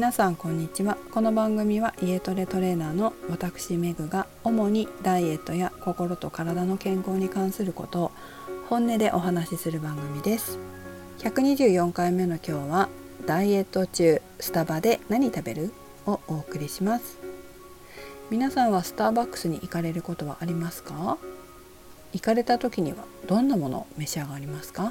皆さんこんにちは。この番組は家トレトレーナーの私メグが主にダイエットや心と体の健康に関することを本音でお話しする番組です。124回目の今日はダイエット中スタバで何食べるをお送りします。皆さんはスターバックスに行かれることはありますか？行かれた時にはどんなものを召し上がりますか？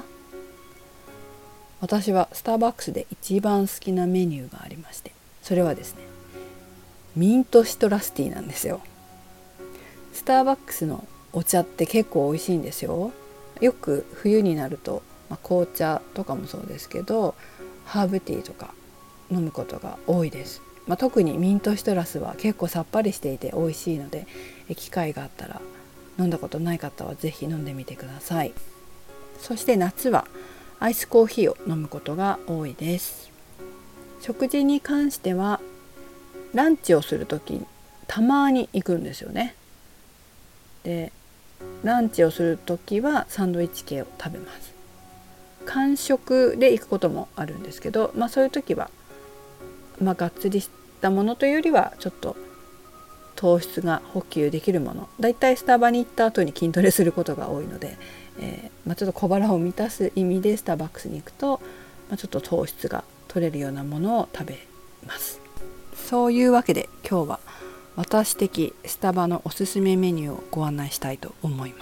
私はスターバックスで一番好きなメニューがありまして、それはですね、ミントシトラスティーなんですよ。スターバックスのお茶って結構美味しいんですよ。よく冬になると、紅茶とかもそうですけどハーブティーとか飲むことが多いです。特にミントシトラスは結構さっぱりしていて美味しいので、機会があったら飲んだことない方はぜひ飲んでみてください。そして夏はアイスコーヒーを飲むことが多いです。食事に関してはランチをするときたまに行くんですよね。で、ランチをするときはサンドイッチ系を食べます。間食で行くこともあるんですけど、そういうときは、がっつりしたものというよりはちょっと糖質が補給できるもの、だいたいスタバに行った後に筋トレすることが多いので、ちょっと小腹を満たす意味でスターバックスに行くと、ちょっと糖質が取れるようなものを食べます。そういうわけで今日は私的スタバのおすすめメニューをご案内したいと思います。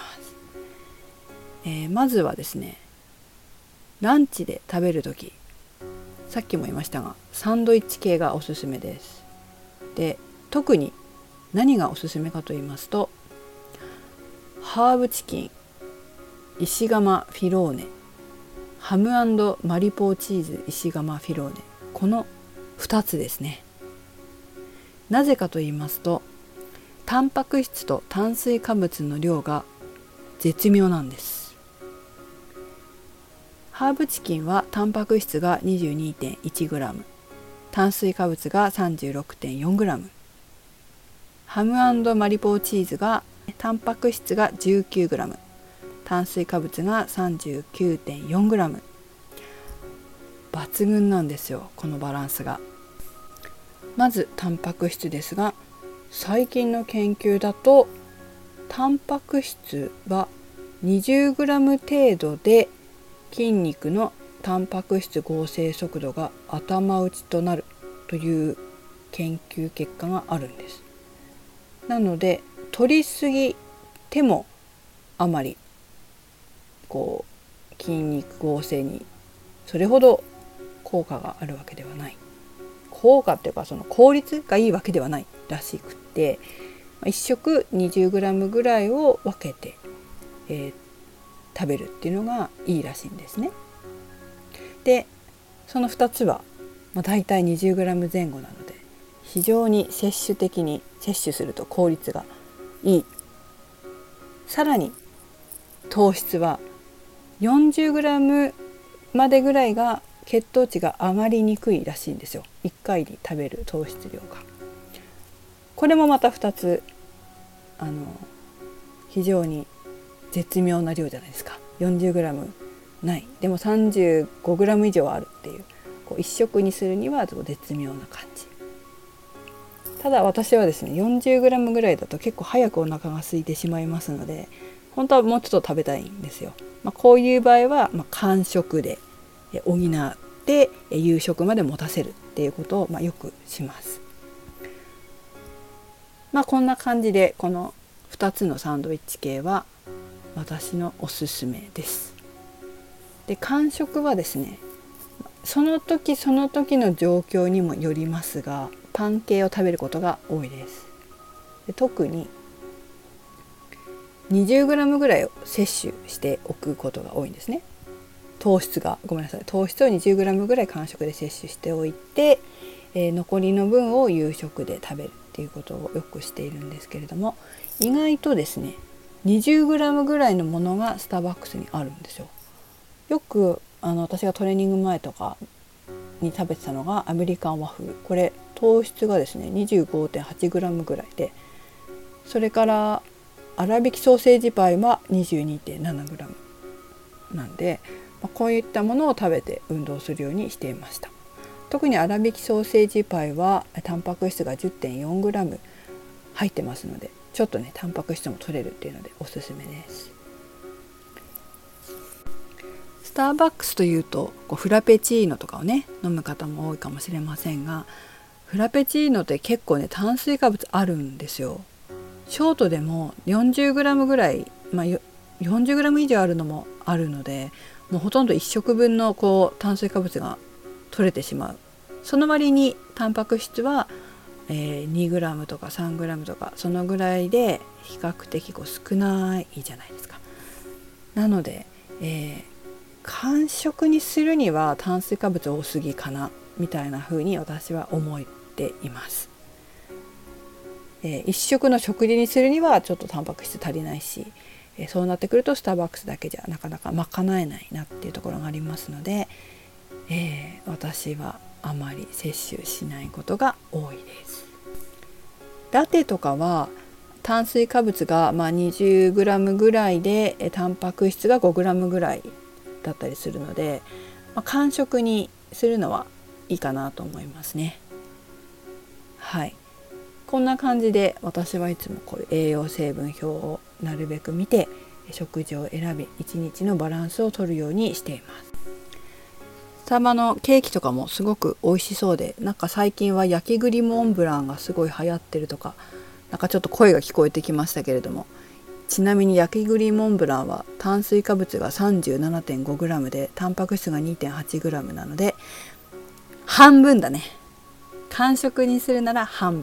まずはですね、ランチで食べるとき、さっきも言いましたがサンドイッチ系がおすすめです。で、特に何がおすすめかと言いますと、ハーブチキン、石窯フィローネ、ハム&マリポーチーズ石窯フィローネ、この2つですね。なぜかと言いますと、タンパク質と炭水化物の量が絶妙なんです。ハーブチキンはタンパク質が 22.1g、 炭水化物が 36.4g、 ハム&マリポーチーズがタンパク質が 19g、炭水化物が 39.4g。 抜群なんですよ、このバランスが。まずタンパク質ですが、最近の研究だとタンパク質は 20g 程度で筋肉のタンパク質合成速度が頭打ちとなるという研究結果があるんです。なので取りすぎてもあまり筋肉合成にそれほど効果があるわけではない。効果っていうか、その効率がいいわけではないらしくて、1食 20g ぐらいを分けて、食べるっていうのがいいらしいんですね。で、その2つは、だいたい 20g 前後なので、非常に摂取的に摂取すると効率がいい。さらに糖質は 40g までぐらいが血糖値が上がりにくいらしいんですよ。1回に食べる糖質量が。これもまた2つ非常に絶妙な量じゃないですか。 40g ない、でも 35g 以上あるっていう、1食にするには絶妙な感じ。ただ私はですね、 40g ぐらいだと結構早くお腹が空いてしまいますので、本当はもうちょっと食べたいんですよ。こういう場合は、間食で補って夕食まで持たせるっていうことをよくします。こんな感じでこの2つのサンドイッチ系は私のおすすめです。で、間食はですね、その時その時の状況にもよりますが、パン系を食べることが多いです。で、特に 20g ぐらいを摂取しておくことが多いんですね。糖質を 20g ぐらい間食で摂取しておいて、残りの分を夕食で食べるっていうことをよくしているんですけれども、意外とですね 20g ぐらいのものがスターバックスにあるんですよ。よく私がトレーニング前とかに食べてたのがアメリカンワッフル。これ糖質がですね 25.8g ぐらいで、それから粗挽きソーセージパイは 22.7g なんで、こういったものを食べて運動するようにしていました。 特に粗挽きソーセージパイはタンパク質が 10.4g 入ってますので、ちょっとねタンパク質も取れるっていうのでおすすめです。スターバックスというとフラペチーノとかをね飲む方も多いかもしれませんが、フラペチーノって結構ね炭水化物あるんですよ。ショートでも 40g ぐらい、40g 以上あるのもあるので、もうほとんど1食分の炭水化物が取れてしまう。その割にタンパク質は、2g とか 3g とかそのぐらいで比較的少ないじゃないですか。なので、間食にするには炭水化物多すぎかなみたいな風に私は思っています。一食の食事にするにはちょっとタンパク質足りないし、そうなってくるとスターバックスだけじゃなかなか賄えないなっていうところがありますので、私はあまり摂取しないことが多いです。ラテとかは炭水化物が20g ぐらいでタンパク質が 5g ぐらいだったりするので、間食にするのはいいかなと思いますね。はい、こんな感じで私はいつもこういう栄養成分表をなるべく見て食事を選び1日のバランスを取るようにしています。スタバのケーキとかもすごく美味しそうで、なんか最近は焼き栗モンブランがすごい流行ってるとか、なんかちょっと声が聞こえてきましたけれども、ちなみに焼き栗モンブランは炭水化物が 37.5g でタンパク質が 2.8g なので半分だね。間食にするなら半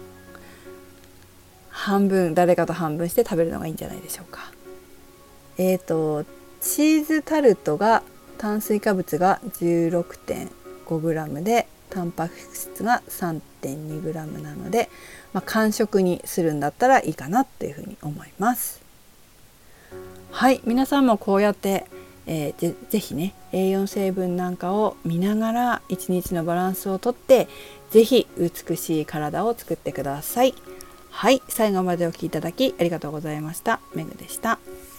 分誰かと半分して食べるのがいいんじゃないでしょうか。チーズタルトが炭水化物が 16.5g でタンパク質が 3.2g なので、間食にするんだったらいいかなっていうふうに思います。はい、皆さんもこうやって、ぜひね栄養成分なんかを見ながら一日のバランスをとってぜひ美しい体を作ってください。はい、最後までお聞きいただきありがとうございました。めぐでした。